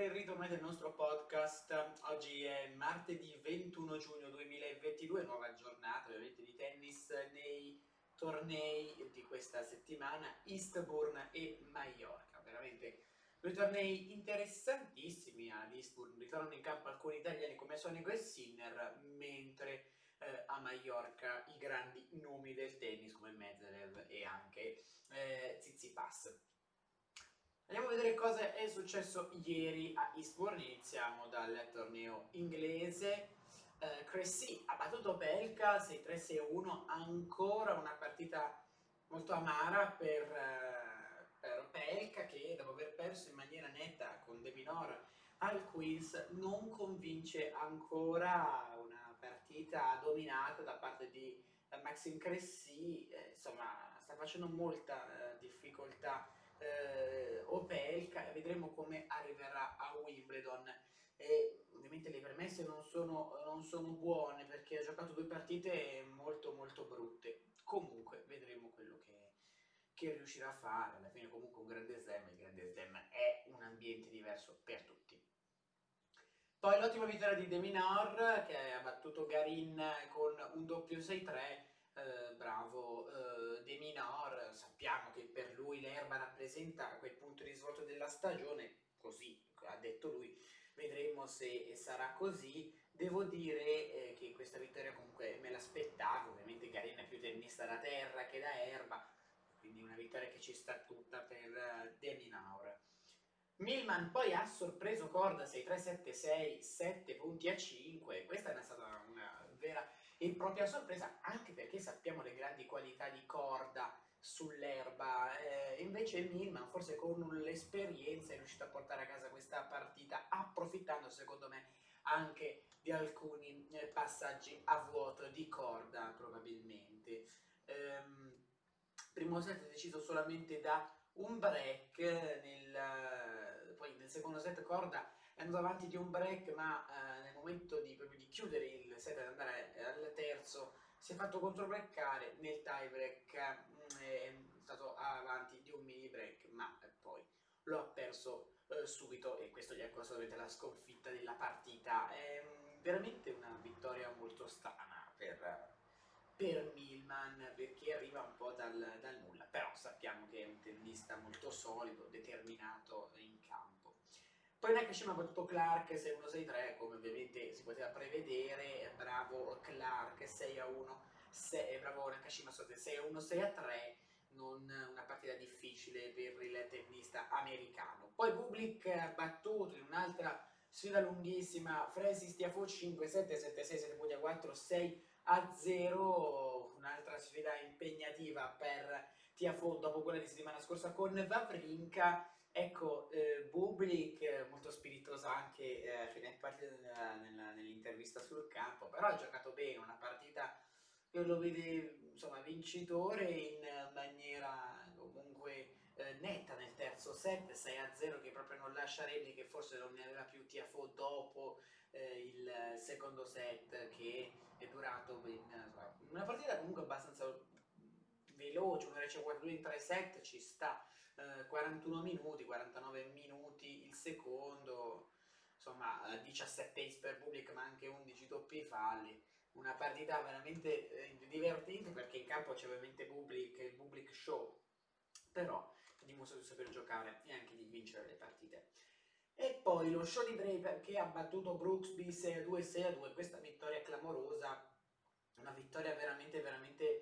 il ritorno del nostro podcast. Oggi è martedì 21 giugno 2022, nuova giornata ovviamente di tennis nei tornei di questa settimana, Eastbourne e Maiorca. Veramente due tornei interessantissimi ad Eastbourne. Ritornano in campo alcuni italiani come Sonego e Sinner, mentre a Maiorca i grandi nomi del tennis come Medvedev e anche Tsitsipas. Andiamo a vedere cosa è successo ieri a Eastbourne. Iniziamo dal torneo inglese. Cressy ha battuto Belka 6-3-6-1, ancora una partita molto amara per Belka, che dopo aver perso in maniera netta con De Minaur al Queens non convince ancora. Una partita dominata da parte di Maxime Cressy, insomma sta facendo molta difficoltà Opelka. Vedremo come arriverà a Wimbledon. E ovviamente le premesse non sono buone, perché ha giocato due partite molto molto brutte. Comunque vedremo quello che riuscirà a fare. Alla fine comunque un grande slam, il grande slam è un ambiente diverso per tutti. Poi l'ottima vittoria di De Minaur, che ha battuto Garin con un doppio 6-3. Bravo De Minaur. Sappiamo che per lui l'erba rappresenta quel punto di svolta della stagione, così ha detto lui. Vedremo se sarà così. Devo dire che questa vittoria comunque me l'aspettavo. Ovviamente Garin è più tennista da terra che da erba, quindi una vittoria che ci sta tutta per De Minaur. Millman poi ha sorpreso Korda 6-3-7-6, 7 punti a 5. Questa è stata una vera e propria sorpresa, anche perché sappiamo le grandi qualità di Korda sull'erba. Invece Millman, forse con l'esperienza, è riuscito a portare a casa questa partita, approfittando secondo me anche di alcuni passaggi a vuoto di Korda, probabilmente. Primo set è deciso solamente da un break. Poi nel secondo set Korda è andato avanti di un break, ma nel momento proprio di chiudere il set e andare al terzo si è fatto controbreccare nel tie break. È stato avanti di un mini break, ma poi lo ha perso subito, e questo gli ha costato la sconfitta della partita. È veramente una vittoria molto strana per Millman, perché arriva un po' dal nulla, però sappiamo che è un tennista molto solido, determinato in campo. Poi Nakashima ha battuto Clark 6-1-6-3, come ovviamente si poteva prevedere. Bravo Clark, 6-1, bravo Nakashima 6-1-6-3, non una partita difficile per il tennista americano. Poi Bublik ha battuto in un'altra sfida lunghissima Francis Tiafoe 5-7, 7-6, 7-4, 6-0, un'altra sfida impegnativa per Tiafoe dopo quella di settimana scorsa con Wawrinka. Ecco, Bublik molto spiritoso anche a fine partita nell'intervista sul campo, però ha giocato bene, una partita che lo vede insomma vincitore in maniera comunque netta nel terzo set, 6-0, che proprio non lascia reni, che forse non ne aveva più Tiafoe dopo il secondo set, che è durato una partita comunque abbastanza veloce. 1,52 in 3 set ci sta. 41 minuti, 49 minuti il secondo, insomma 17 ace per Bublik, ma anche 11 doppi falli. Una partita veramente divertente, perché in campo c'è ovviamente Bublik, il Bublik Show, però dimostra di saper giocare e anche di vincere le partite. E poi lo show di Draper, che ha battuto Brooksby 6-2, 6-2, questa vittoria clamorosa, una vittoria veramente veramente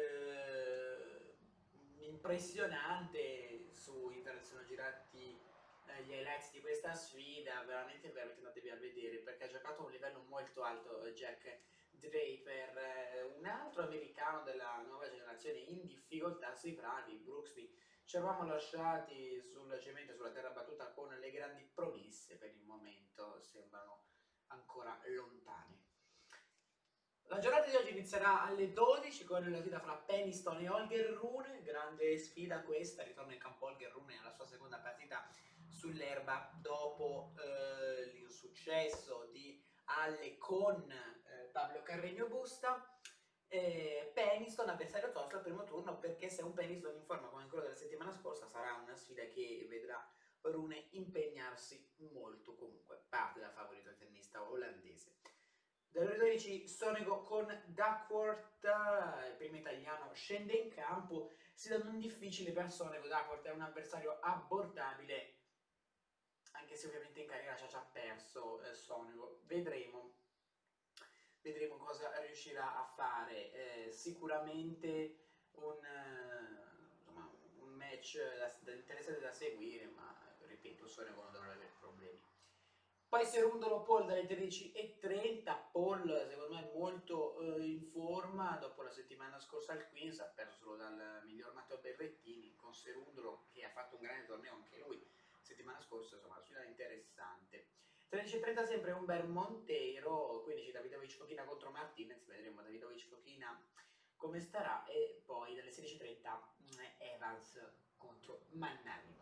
impressionante. Su internet sono girati gli highlights di questa sfida, veramente veramente andatevi a vedere, perché ha giocato a un livello molto alto Jack Draper. Un altro americano della nuova generazione in difficoltà sui prati, Brooksby. Ci eravamo lasciati sul cemento, sulla terra battuta, con le grandi promesse. Per il momento sembrano ancora lontane. La giornata di oggi inizierà alle 12 con la sfida fra Peniston e Holger Rune, grande sfida questa. Ritorna in campo Holger Rune alla sua seconda partita sull'erba dopo l'insuccesso di Halle con Pablo Carreño Busta. Peniston avversario tosto al primo turno, perché se un Peniston in forma come quello della settimana scorsa sarà una sfida che vedrà Rune impegnarsi molto comunque, parte da favorito il tennista olandese. Dalle 12 Sonego con Duckworth, il primo italiano scende in campo, si dà un difficile per Sonego. Duckworth è un avversario abbordabile, anche se ovviamente in carriera ci ha già perso Sonego. Vedremo cosa riuscirà a fare. Sicuramente insomma, un match interessante da seguire, ma ripeto, Sonego non dovrà avere problemi. Poi Serundolo Paul dalle 13:30, Paul secondo me molto in forma dopo la settimana scorsa al Queens, ha perso solo dal miglior Matteo Berrettini, con Serundolo che ha fatto un grande torneo anche lui settimana scorsa, insomma una sfida interessante. 13:30 sempre Umber Monteiro, 15 Davidovic Fokina contro Martinez, vedremo Davidovic Fokina come starà, e poi dalle 16:30 Evans contro Mannarino.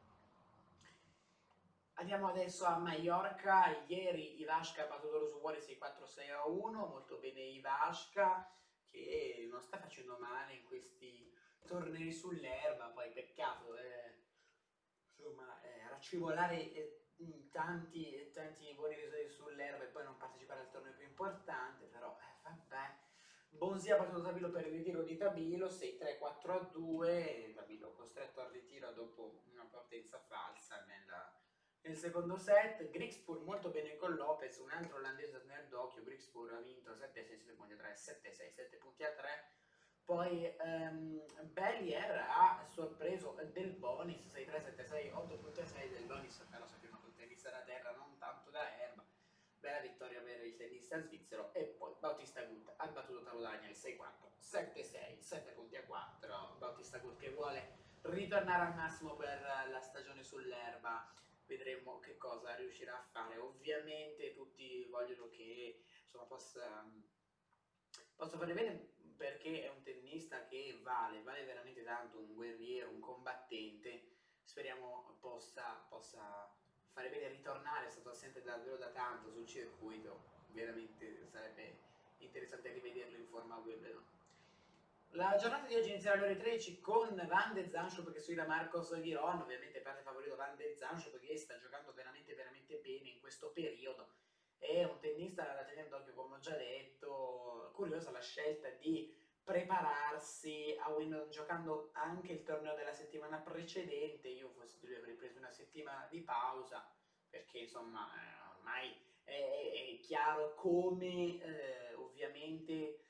Andiamo adesso a Maiorca. Ieri Ivashka ha battuto lo Suwori 6-4-6-1, molto bene Ivashka, che non sta facendo male in questi tornei sull'erba, poi peccato insomma, racimolare tanti buoni risultati sull'erba e poi non partecipare al torneo più importante, però vabbè. Bonzi ha battuto Tabilo per il ritiro di Tabilo 6-3-4-2, Tabilo costretto al ritiro dopo una partenza falsa nel secondo set. Grigspur molto bene con Lopez, un altro olandese da tenere d'occhio. Grigspur ha vinto 7-6, 7.3, 7-6, 7.3. Poi Bellier ha sorpreso Del Bonis 6-3, 7-6, 8.6. Del Bonis però sappiamo che il tennista da terra, non tanto da erba. Bella vittoria per il tennista svizzero. E poi Bautista Agut ha battuto Taro Daniel 6-4, 7-6, 7.4. Bautista Agut che vuole ritornare al massimo per la stagione sull'erba. Vedremo che cosa riuscirà a fare. Ovviamente tutti vogliono che insomma possa fare bene, perché è un tennista che vale veramente tanto, un guerriero, un combattente. Speriamo possa fare bene, ritornare. È stato assente davvero da tanto sul circuito, veramente sarebbe interessante rivederlo in forma a Wimbledon. La giornata di oggi inizierà alle ore 13 con Van de Zanschop che sfida Marcos Giron. Ovviamente parte favorito Van de Zanschop, che sta giocando veramente bene in questo periodo. È un tennista da tenere d'occhio, come ho già detto. Curiosa la scelta di prepararsi a Wimbledon giocando anche il torneo della settimana precedente. Io fossi di lui avrei preso una settimana di pausa, perché insomma ormai è chiaro come ovviamente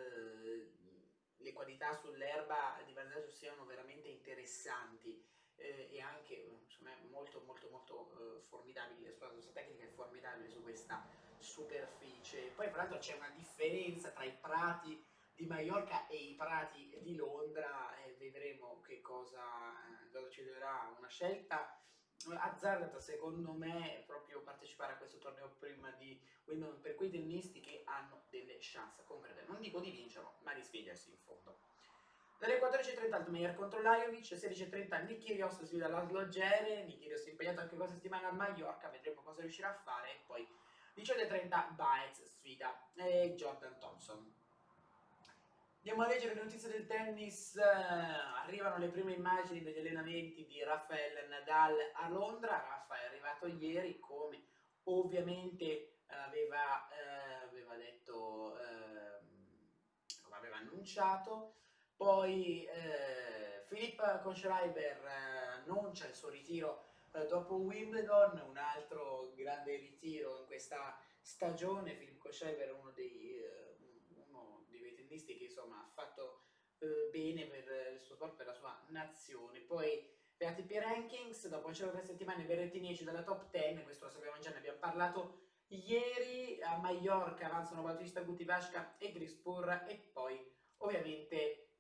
le qualità sull'erba di vantaggio siano veramente interessanti e anche insomma, molto formidabili. La sua tecnica è formidabile su questa superficie. Poi fra l'altro c'è una differenza tra i prati di Maiorca e i prati di Londra, e vedremo che cosa ci darà. Una scelta azzardata secondo me proprio partecipare a questo torneo prima di Wimbledon, per quei tennisti che hanno delle chance concrete, non dico di vincerlo, ma di spingersi in fondo. Dalle 14:30 Altmaier contro Lajovic, 16:30 Nichirios sfida Laszlo Djere. Nichirios impegnato anche questa settimana a Maiorca, vedremo cosa riuscirà a fare. E poi 18:30 Baez sfida Jordan Thompson. Andiamo a leggere le notizie del tennis. Arrivano le prime immagini degli allenamenti di Rafael Nadal a Londra. Rafa è arrivato ieri, come ovviamente aveva detto, come aveva annunciato. Poi Philippe Kohlschreiber annuncia il suo ritiro dopo Wimbledon, un altro grande ritiro in questa stagione. Philippe Kohlschreiber è uno dei tennisti che insomma ha fatto bene per il suo sport, per la sua nazione. Poi le ATP Rankings, dopo 3 settimane Berrettini esce dalla top 10, questo lo sappiamo già, ne abbiamo parlato ieri. A Maiorca avanzano Bautista Agut, Ivashka e Grigspur. E poi ovviamente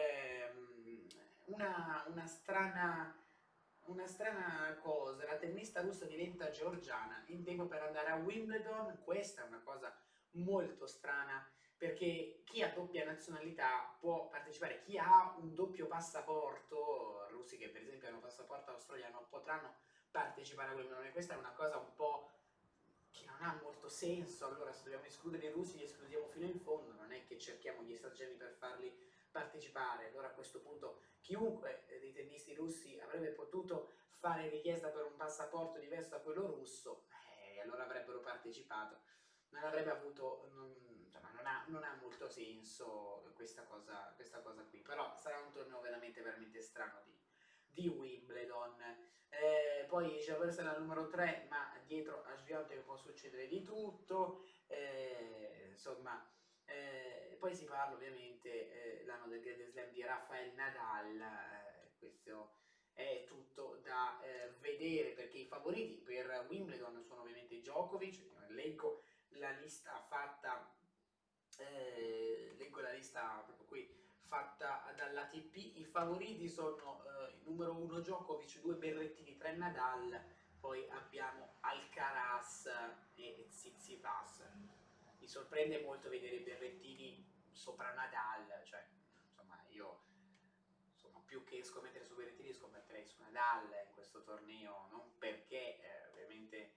una strana cosa, la tennista russa diventa georgiana in tempo per andare a Wimbledon. Questa è una cosa molto strana, perché chi ha doppia nazionalità può partecipare. Chi ha un doppio passaporto, russi che per esempio hanno passaporto australiano, potranno partecipare a Wimbledon. E questa è una cosa un po' che non ha molto senso. Allora, se dobbiamo escludere i russi, li escludiamo fino in fondo, non è che cerchiamo gli stratagemmi per farli partecipare. Allora a questo punto chiunque dei tennisti russi avrebbe potuto fare richiesta per un passaporto diverso da quello russo, allora avrebbero partecipato. Non avrebbe avuto, insomma, non ha molto senso questa cosa qui, però sarà un torneo veramente strano di Wimbledon. Poi Jabber sarà il numero 3, ma dietro a Swiatek può succedere di tutto, insomma. Poi si parla ovviamente l'anno del Grand Slam di Rafael Nadal, questo è tutto da vedere, perché i favoriti per Wimbledon sono ovviamente Djokovic. Leggo la lista fatta, leggo la lista proprio qui fatta dall'ATP. I favoriti sono il numero 1 Djokovic, 2 Berrettini, 3 Nadal, poi abbiamo Alcaraz e Tsitsipas. Mi sorprende molto vedere Berrettini sopra Nadal, cioè insomma io più che scommettere su Berrettini scommetterei su Nadal in questo torneo, non perché ovviamente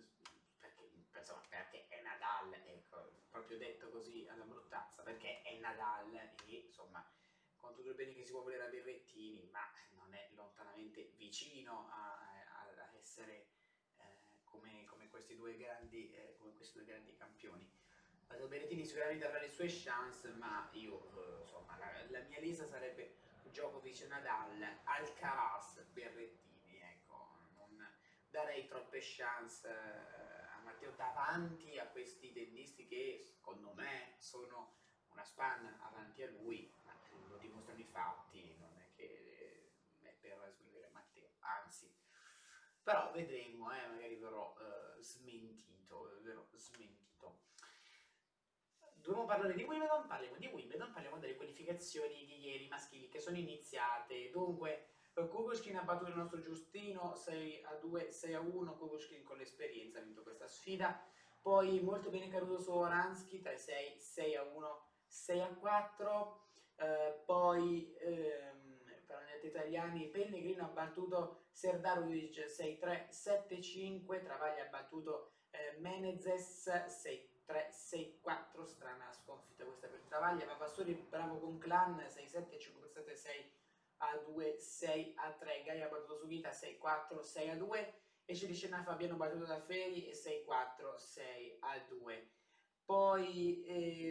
perché è Nadal, ecco, proprio detto così alla bruttezza, perché è Nadal e insomma con tutto il bene che si può volere a Berrettini, ma non è lontanamente vicino a essere come questi due grandi campioni. Berrettini sicuramente avrà le sue chance, ma io insomma la mia lista sarebbe Djokovic, Nadal, Alcaraz, Berrettini, ecco, non darei troppe chance a Matteo davanti a questi tennisti che secondo me sono una spanna avanti a lui, ma lo dimostrano i fatti, non è che è per sminuire Matteo, anzi. Però vedremo, magari verrò smentito. Dobbiamo parlare di Wimbledon, parliamo delle qualificazioni di ieri maschili che sono iniziate. Dunque, Kukushkin ha battuto il nostro Giustino 6-2, 6-1, Kukushkin con l'esperienza ha vinto questa sfida. Poi molto bene caduto su Oransky 3-6, 6-1, 6-4. Poi per gli altri italiani Pellegrino ha battuto Serdarovic 6-3, 7-5, Travaglia ha battuto Menezes 6-3, 6-4, strana sconfitta questa per Travaglia. Vavassori bravo con Clan 6-7, 5-7, 6-2, 6-3. Gaia ha battuto Sugita 6-4, 6-2 e Ciricena Fabiano battuto da Feri 6-4, 6-2. Poi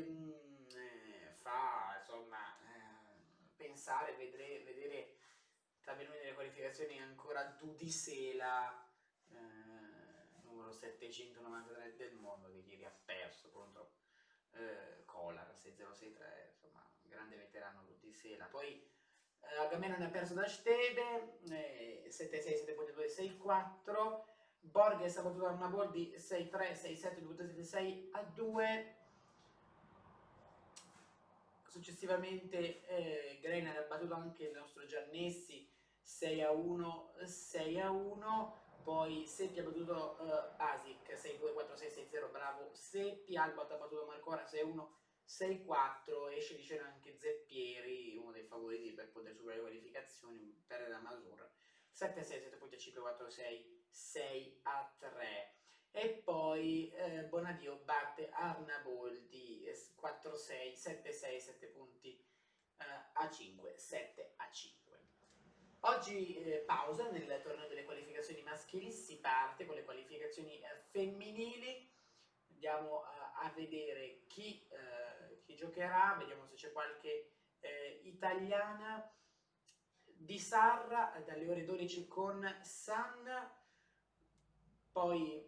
fa insomma pensare, vedere tra venuti nelle qualificazioni ancora Dudisela, numero 793 del mondo, che ieri ha perso contro Kolar 6-0-6-3, insomma grande veterano Dudisela. Poi Agamennon ha perso da Stebe 7-6, 7-2, 6-4. Borges ha battuto una Boldi 6-3, 6-7, 2-7, 6-2. Successivamente Greiner ha battuto anche il nostro Giannessi 6-1, 6-1. Poi Seppi ha battuto Basic 6-2, 4-6, 6-0, bravo Seppi. Albat ha battuto Marcora 6-1, 6-4. Esce di scena anche Zeppieri, uno dei favoriti per poter superare le qualificazioni, per la Masur 7-6, 7.5, 4-6, 6-3. E poi Bonadio batte Arnaboldi 4-6, 7-6, 7 punti a 5, 7-5. Oggi pausa nel torneo delle qualificazioni maschili, si parte con le qualificazioni femminili. Andiamo a vedere chi giocherà, vediamo se c'è qualche italiana. Di Sarra dalle ore 12 con San, poi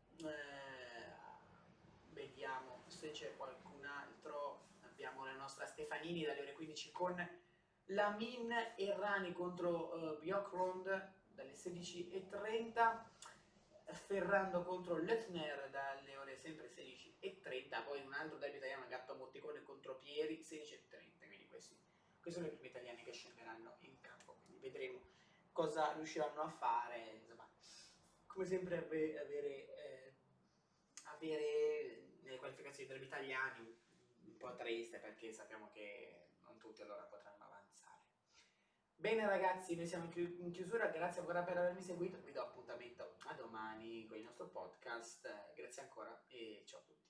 vediamo se c'è qualcun altro. Abbiamo la nostra Stefanini dalle ore 15 con Lamin Errani contro Bjorklund dalle 16:30, Ferrando contro Löffner dalle ore sempre 16:30, poi un altro derby italiano, Gatto Motticone contro Pieri 16:30. Quindi questi sono i primi italiani che scenderanno in campo, quindi vedremo cosa riusciranno a fare. Insomma, come sempre avere nelle qualificazioni degli italiani un po' triste, perché sappiamo che non tutti allora potranno avanzare. Bene ragazzi, noi siamo in chiusura, grazie ancora per avermi seguito, vi do appuntamento a domani con il nostro podcast, grazie ancora e ciao a tutti.